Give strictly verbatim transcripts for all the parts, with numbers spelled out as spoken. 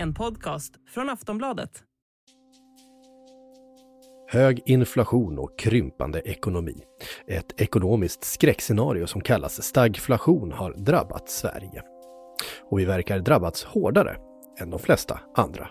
En podcast från Aftonbladet. Hög inflation och krympande ekonomi. Ett ekonomiskt skräckscenario som kallas stagflation har drabbat Sverige. Och vi verkar drabbats hårdare än de flesta andra.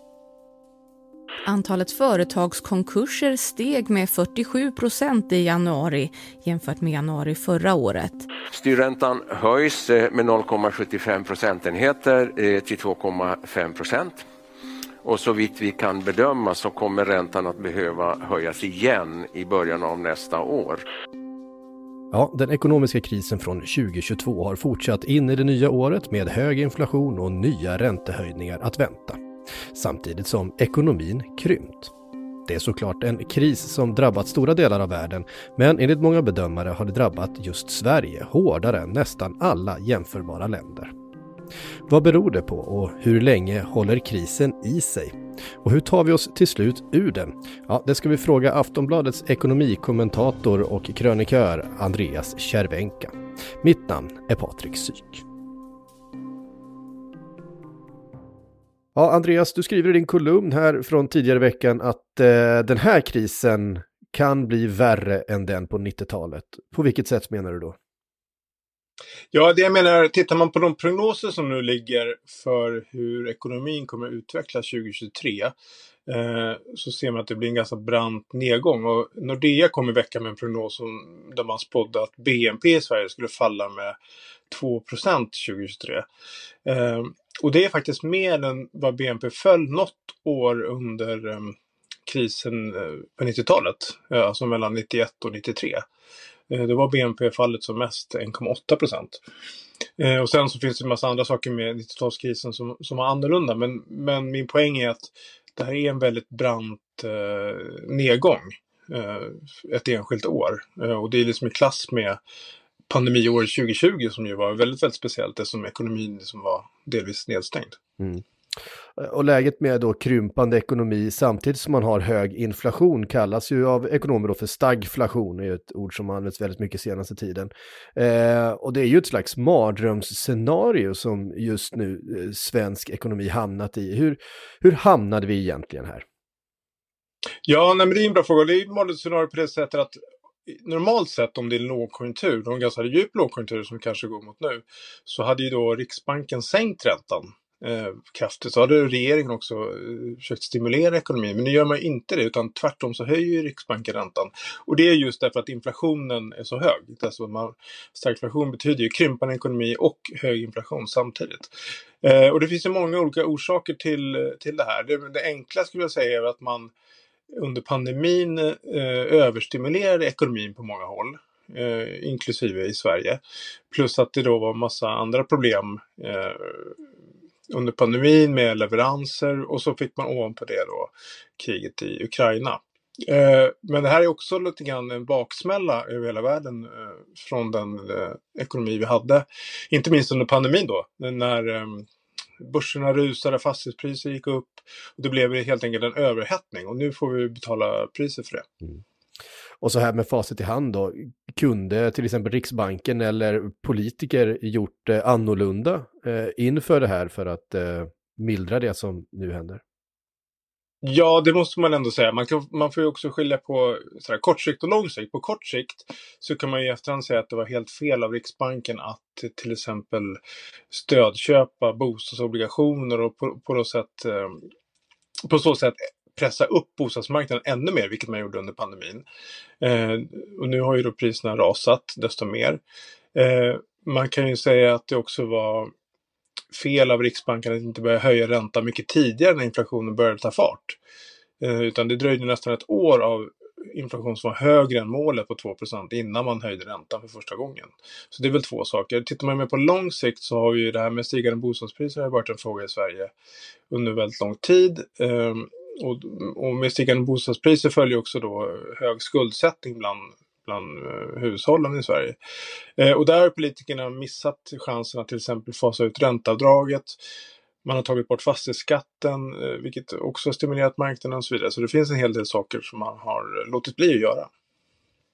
Antalet företagskonkurser steg med fyrtiosju procent i januari jämfört med januari förra året. Styrräntan höjs med noll komma sjuttiofem procentenheter till två komma fem procent. Och så vitt vi kan bedöma så kommer räntan att behöva höjas igen i början av nästa år. Ja, den ekonomiska krisen från tjugohundratjugotvå har fortsatt in i det nya året med hög inflation och nya räntehöjningar att vänta. Samtidigt som ekonomin krympt. Det är såklart en kris som drabbat stora delar av världen, men enligt många bedömare har det drabbat just Sverige hårdare än nästan alla jämförbara länder. Vad beror det på och hur länge håller krisen i sig? Och hur tar vi oss till slut ur den? Ja, det ska vi fråga Aftonbladets ekonomikommentator och krönikör Andreas Cervenka. Mitt namn är Patrik Syk. Ja, Andreas, du skriver i din kolumn här från tidigare veckan att eh, den här krisen kan bli värre än den på nittiotalet. På vilket sätt menar du då? Ja, det jag menar, tittar man på de prognoser som nu ligger för hur ekonomin kommer att utvecklas tjugohundratjugotre eh, så ser man att det blir en ganska brant nedgång. Och Nordea kom i veckan med en prognos som, där man spådde att B N P i Sverige skulle falla med två procent tjugohundratjugotre. Eh, och det är faktiskt mer än vad B N P föll något år under eh, krisen eh, på nittiotalet, eh, alltså mellan nittioett och nittiotre. Det var B N P-fallet som mest en komma åtta procent. Eh, och sen så finns det en massa andra saker med nittiotalskrisen som, som var annorlunda. Men, men min poäng är att det här är en väldigt brant eh, nedgång. Eh, ett enskilt år. Eh, och det är liksom i klass med pandemiåret tjugohundratjugo som ju var väldigt, väldigt speciellt. Eftersom ekonomin liksom var delvis nedstängd. Mm. Och läget med då krympande ekonomi samtidigt som man har hög inflation kallas ju av ekonomer då för stagflation. Det är ett ord som används väldigt mycket senaste tiden. Eh, och det är ju ett slags mardrömsscenario som just nu eh, svensk ekonomi hamnat i. Hur, hur hamnade vi egentligen här? Ja, nej, men det är en bra fråga. Det är ett mardrömsscenario på det sättet att normalt sett om det är lågkonjunktur, de ganska djup lågkonjunktur som kanske går mot nu, så hade ju då Riksbanken sänkt räntan Eh, kraftigt. Så hade regeringen också eh, försökt stimulera ekonomin. Men nu gör man inte det, utan tvärtom så höjer Riksbanken räntan. Och det är just därför att inflationen är så hög. Alltså man, stagflation betyder ju krympande ekonomi och hög inflation samtidigt. Eh, och det finns ju många olika orsaker till, till det här. Det, det enkla skulle jag säga är att man under pandemin eh, överstimulerade ekonomin på många håll. Eh, inklusive i Sverige. Plus att det då var massa andra problem eh, under pandemin med leveranser, och så fick man ovanpå det då kriget i Ukraina. Eh, men det här är också lite grann en baksmälla över hela världen eh, från den eh, ekonomi vi hade. Inte minst under pandemin då, när eh, börserna rusade, fastighetspriser gick upp och det blev helt enkelt en överhettning, och nu får vi betala priser för det. Mm. Och så här med facit i hand då, kunde till exempel Riksbanken eller politiker gjort eh, annorlunda eh, inför det här för att eh, mildra det som nu händer? Ja, det måste man ändå säga. Man, kan, man får ju också skilja på sådär, kort sikt och lång sikt. På kort sikt så kan man ju efterhand säga att det var helt fel av Riksbanken att till exempel stödköpa bostadsobligationer och på, på, något sätt, eh, på så sätt pressa upp bostadsmarknaden ännu mer, vilket man gjorde under pandemin. Eh, och nu har ju då priserna rasat desto mer. Eh, man kan ju säga att det också var fel av Riksbanken att inte börja höja ränta mycket tidigare när inflationen började ta fart. Eh, utan det dröjde nästan ett år av inflation som var högre än målet på två procent innan man höjde räntan för första gången. Så det är väl två saker. Tittar man med på lång sikt så har vi ju det här med stigande bostadspriser har varit en fråga i Sverige under väldigt lång tid. Eh, Och, och med stigande bostadspriser följer också då hög skuldsättning bland, bland uh, hushållen i Sverige. Eh, och där har politikerna missat chansen att till exempel fasa ut ränteavdraget. Man har tagit bort fastighetsskatten, eh, vilket också har stimulerat marknaden och så vidare. Så det finns en hel del saker som man har låtit bli att göra.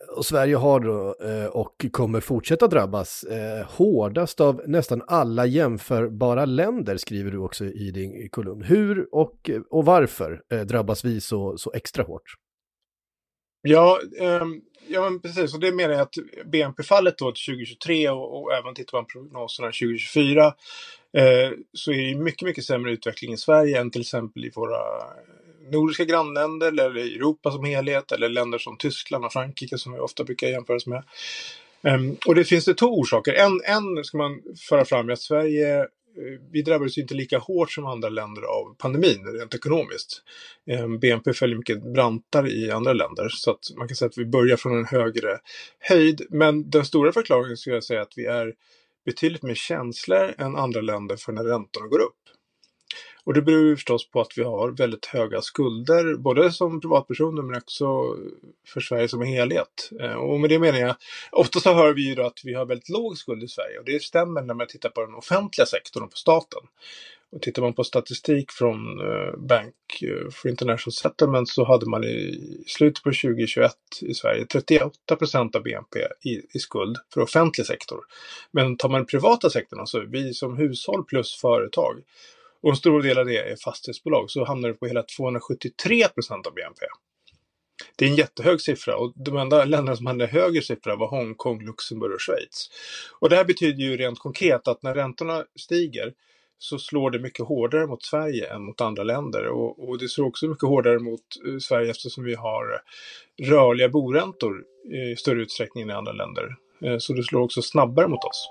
Och Sverige har då, eh, och kommer fortsätta drabbas eh, hårdast av nästan alla jämförbara länder, skriver du också i din kolumn. Hur och, och varför eh, drabbas vi så, så extra hårt? Ja, eh, ja men precis. Och det menar jag att B N P-fallet då tjugo tjugotre och, och även tittar man på prognoserna tjugo tjugofyra eh, så är det mycket, mycket sämre utveckling i Sverige än till exempel i våra nordiska grannländer eller i Europa som helhet eller länder som Tyskland och Frankrike som vi ofta brukar jämföras med. Um, och det finns det två orsaker. En, en ska man föra fram är att Sverige, vi drabbades inte lika hårt som andra länder av pandemin rent ekonomiskt. Um, B N P följer mycket brantare i andra länder så att man kan säga att vi börjar från en högre höjd. Men den stora förklaringen skulle jag säga att vi är betydligt mer känsliga än andra länder för när räntorna går upp. Och det beror ju förstås på att vi har väldigt höga skulder, både som privatpersoner men också för Sverige som helhet. Och med det menar jag, ofta så hör vi ju då att vi har väldigt låg skuld i Sverige. Och det stämmer när man tittar på den offentliga sektorn och på staten. Och tittar man på statistik från Bank for International Settlement så hade man i slutet på tjugo tjugoett i Sverige trettioåtta procent av B N P i, i skuld för offentlig sektor. Men tar man den privata sektorn, alltså vi som hushåll plus företag, och en stor del av det är fastighetsbolag, så hamnar det på hela tvåhundrasjuttiotre procent av B N P. Det är en jättehög siffra och de enda länderna som hade högre siffra var Hongkong, Luxemburg och Schweiz. Och det här betyder ju rent konkret att när räntorna stiger så slår det mycket hårdare mot Sverige än mot andra länder. Och, och det slår också mycket hårdare mot Sverige eftersom vi har rörliga boräntor i större utsträckning än i andra länder. Så det slår också snabbare mot oss.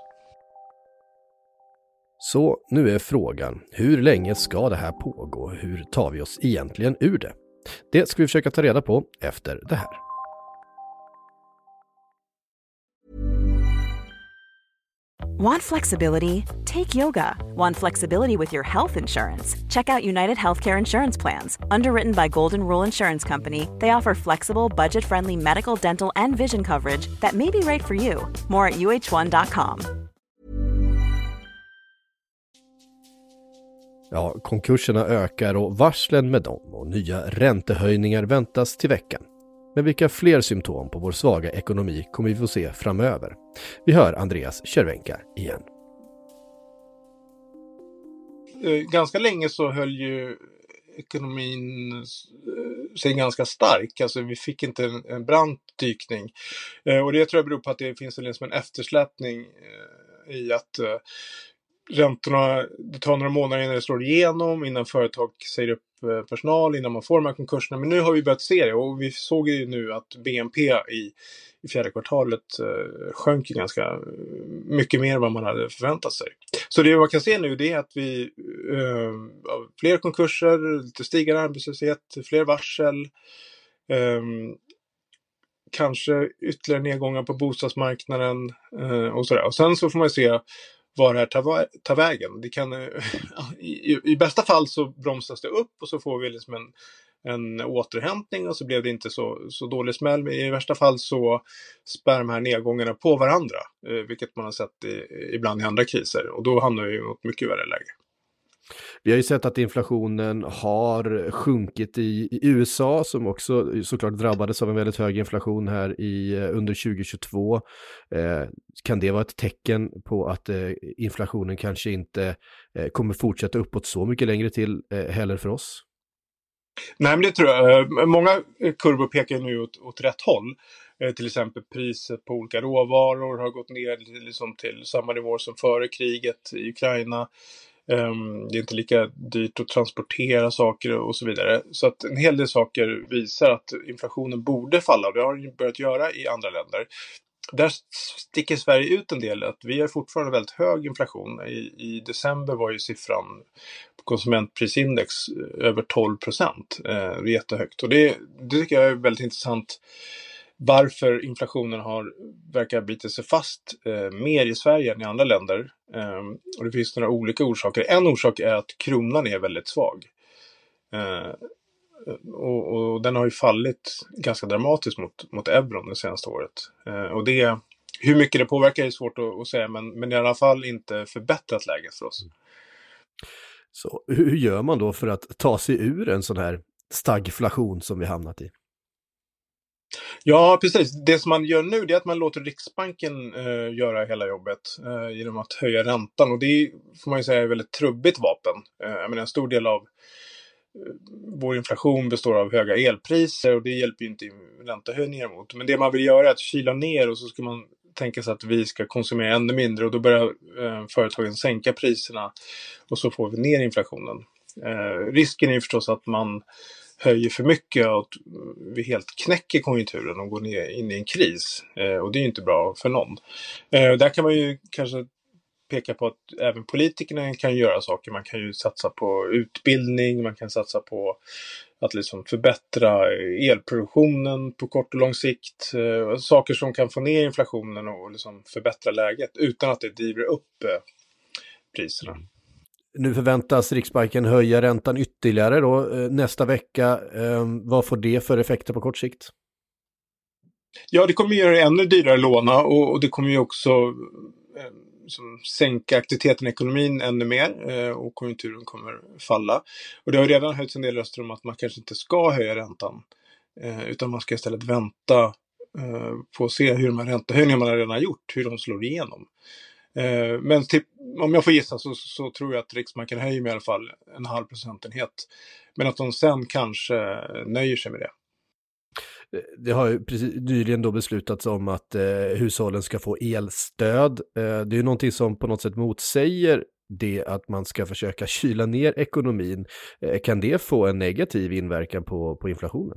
Så nu är frågan, hur länge ska det här pågå? Hur tar vi oss egentligen ur det? Det ska vi försöka ta reda på efter det här. Want flexibility? Take yoga. Want flexibility with your health insurance? Check out United Healthcare Insurance Plans. Underwritten by Golden Rule Insurance Company, they offer flexible, budget-friendly medical, dental, and vision coverage that may be right for you. More at U H one dot com. Ja, konkurserna ökar och varslen med dem och nya räntehöjningar väntas till veckan. Men vilka fler symptom på vår svaga ekonomi kommer vi få se framöver? Vi hör Andreas Cervenka igen. Ganska länge så höll ju ekonomin sig ganska stark. Alltså vi fick inte en, en brant dykning. Och det tror jag beror på att det finns en, liksom en eftersläpning i att räntorna, det tar några månader innan det slår igenom, innan företag säger upp personal, innan man får de här konkurserna. Men nu har vi börjat se det och vi såg ju nu att B N P i, i fjärde kvartalet eh, sjönk ganska mycket mer än vad man hade förväntat sig. Så det man kan se nu det är att vi eh, fler konkurser, lite stigande arbetslöshet, fler varsel, eh, kanske ytterligare nedgångar på bostadsmarknaden eh, och sådär. Och sen så får man se var det här tar, tar vägen. Det kan, i, I bästa fall så bromsas det upp och så får vi liksom en, en återhämtning och så blev det inte så, så dålig smäll. Men i värsta fall så spär de här nedgångarna på varandra, eh, vilket man har sett i, ibland i andra kriser. Och då hamnar vi i något mycket värre läge. Vi har ju sett att inflationen har sjunkit i, i U S A som också såklart drabbades av en väldigt hög inflation här i, under tjugo tjugotvå. Eh, kan det vara ett tecken på att eh, inflationen kanske inte eh, kommer fortsätta uppåt så mycket längre till eh, heller för oss? Nej, men det tror jag. Många kurvor pekar nu åt, åt rätt håll. Eh, till exempel priset på olika råvaror har gått ner liksom till samma nivå som före kriget i Ukraina. Um, det är inte lika dyrt att transportera saker och så vidare. Så att en hel del saker visar att inflationen borde falla och det har den börjat göra i andra länder. Där sticker Sverige ut en del att vi har fortfarande väldigt hög inflation. I, i december var ju siffran på konsumentprisindex över tolv procent. Eh, det är jättehögt och det, det tycker jag är väldigt intressant. Varför inflationen har verkar bita sig fast eh, mer i Sverige än i andra länder. Eh, och det finns några olika orsaker. En orsak är att kronan är väldigt svag. Eh, och, och den har ju fallit ganska dramatiskt mot, mot euron det senaste året. Eh, och det, hur mycket det påverkar är svårt att, att säga. Men, men i alla fall inte förbättrat läget för oss. Så hur gör man då för att ta sig ur en sån här stagflation som vi hamnat i? Ja, precis. Det som man gör nu är att man låter Riksbanken eh, göra hela jobbet eh, genom att höja räntan. Och det är, får man ju säga, är ett väldigt trubbigt vapen. Eh, jag menar, en stor del av eh, vår inflation består av höga elpriser och det hjälper ju inte räntehöjningar mot. Men det man vill göra är att kyla ner och så ska man tänka sig att vi ska konsumera ännu mindre och då börjar eh, företagen sänka priserna och så får vi ner inflationen. Eh, risken är ju förstås att man höjer för mycket och att vi helt knäcker konjunkturen och går ner in i en kris. Eh, och det är ju inte bra för någon. Eh, där kan man ju kanske peka på att även politikerna kan göra saker. Man kan ju satsa på utbildning, man kan satsa på att liksom förbättra elproduktionen på kort och lång sikt. Eh, saker som kan få ner inflationen och liksom förbättra läget utan att det driver upp eh, priserna. Nu förväntas Riksbanken höja räntan ytterligare då, nästa vecka. Vad får det för effekter på kort sikt? Ja, det kommer göra det ännu dyrare att låna och, och det kommer ju också eh, som sänka aktiviteten i ekonomin ännu mer eh, och konjunkturen kommer falla. Och det har redan höjts en del röster om att man kanske inte ska höja räntan eh, utan man ska istället vänta eh, på att se hur de här räntehöjningarna man redan har gjort, hur de slår igenom. Men typ, om jag får gissa så, så tror jag att Riksbanken höjer med i alla fall en halv procentenhet. Men att de sen kanske nöjer sig med det. Det har ju precis nyligen då beslutats om att eh, hushållen ska få elstöd. Eh, det är ju någonting som på något sätt motsäger det att man ska försöka kyla ner ekonomin. Eh, kan det få en negativ inverkan på, på inflationen?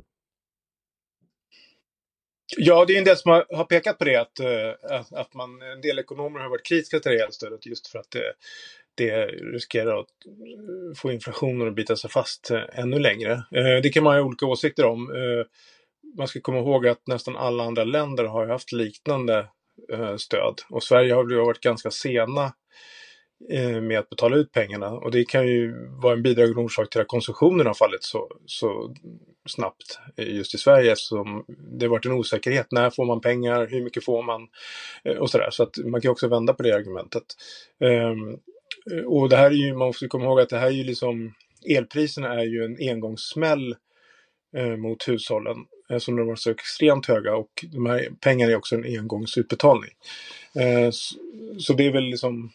Ja, det är en del som har, har pekat på det att, att, att man, en del ekonomer har varit kritiska till det elstödet just för att det, det riskerar att få inflationen att bita sig fast ännu längre. Det kan man ha olika åsikter om. Man ska komma ihåg att nästan alla andra länder har haft liknande stöd och Sverige har varit ganska sena med att betala ut pengarna och det kan ju vara en bidragande orsak till att konsumtionen har fallit så, så snabbt just i Sverige eftersom det har varit en osäkerhet. När får man pengar? Hur mycket får man? Och sådär. Så att man kan också vända på det argumentet. Um, och det här är ju, man måste komma ihåg att det här är ju liksom, elpriserna är ju en engångssmäll uh, mot hushållen som de var så extremt höga och de här pengarna är också en engångsutbetalning. Uh, så, så det är väl liksom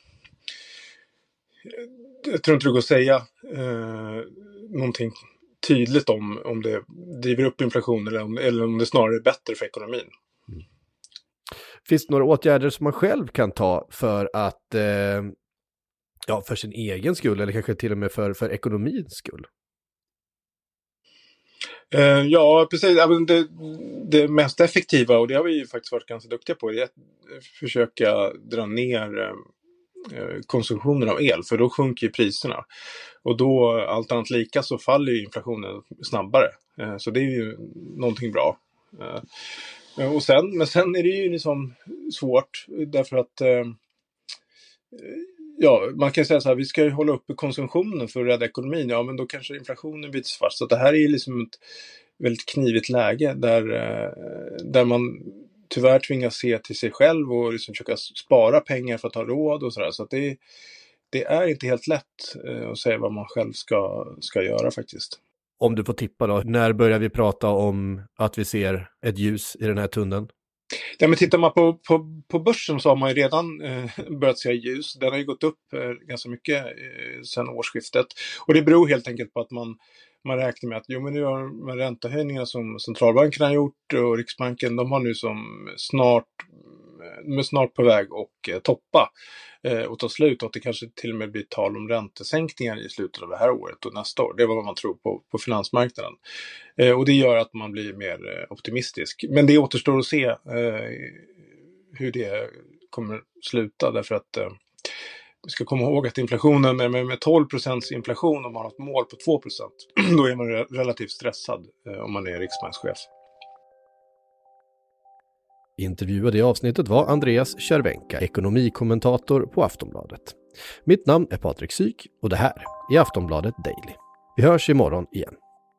jag tror inte det går att säga eh, någonting tydligt om, om det driver upp inflationen eller om, eller om det snarare är bättre för ekonomin. Mm. Finns det några åtgärder som man själv kan ta för att eh, ja, för sin egen skull eller kanske till och med för, för ekonomins skull? Eh, ja, precis. Det, det mest effektiva, och det har vi ju faktiskt varit ganska duktiga på, är att försöka dra ner eh, konsumtionen av el, för då sjunker ju priserna och då allt annat lika så faller ju inflationen snabbare, så det är ju någonting bra. Och sen, men sen är det ju liksom svårt därför att ja, man kan säga så här, vi ska ju hålla uppe konsumtionen för att rädda ekonomin, ja men då kanske inflationen bits fast, så det här är ju liksom ett väldigt knivigt läge där, där man tyvärr tvingas se till sig själv och liksom försöka spara pengar för att ha råd och sådär. Så att det, det är inte helt lätt eh, att säga vad man själv ska, ska göra faktiskt. Om du får tippa då, när börjar vi prata om att vi ser ett ljus i den här tunneln? Ja, men tittar man på, på, på börsen så har man ju redan eh, börjat se ljus. Den har ju gått upp eh, ganska mycket eh, sedan årsskiftet. Och det beror helt enkelt på att man Man räknar med att jo, men nu har de räntehöjningar som centralbanken har gjort och Riksbanken, de har nu som snart, de är snart på väg att eh, toppa eh, och ta slut, och att det kanske till och med blir tal om räntesänkningar i slutet av det här året och nästa år. Det är vad man tror på, på finansmarknaden. Eh, och det gör att man blir mer eh, optimistisk. Men det återstår att se eh, hur det kommer sluta, därför att eh, vi ska komma ihåg att inflationen med, med, med tolv procents inflation, om man har ett mål på två procent, då är man re- relativt stressad eh, om man är riksbankschef. Intervjuade i avsnittet var Andreas Cervenka, ekonomikommentator på Aftonbladet. Mitt namn är Patrik Syk och det här är Aftonbladet Daily. Vi hörs imorgon igen.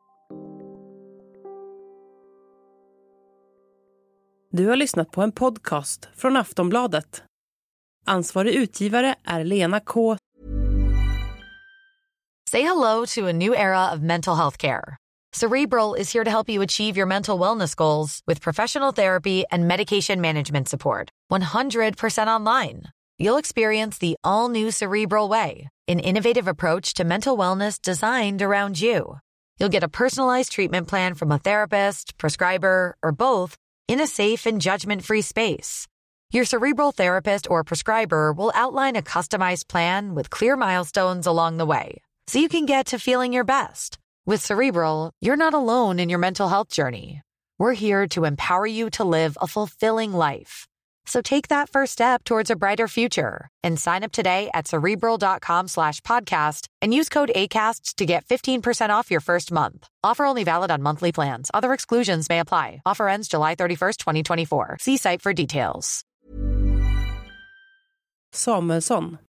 Du har lyssnat på en podcast från Aftonbladet. Ansvarig utgivare är Lena K. Say hello to a new era of mental health care. Cerebral is here to help you achieve your mental wellness goals with professional therapy and medication management support. one hundred percent online. You'll experience the all-new Cerebral Way, an innovative approach to mental wellness designed around you. You'll get a personalized treatment plan from a therapist, prescriber, or both in a safe and judgment-free space. Your Cerebral therapist or prescriber will outline a customized plan with clear milestones along the way, so you can get to feeling your best. With Cerebral, you're not alone in your mental health journey. We're here to empower you to live a fulfilling life. So take that first step towards a brighter future and sign up today at Cerebral.com slash podcast and use code ACAST to get fifteen percent off your first month. Offer only valid on monthly plans. Other exclusions may apply. Offer ends July thirty-first, twenty twenty-four. See site for details. Samuelsson,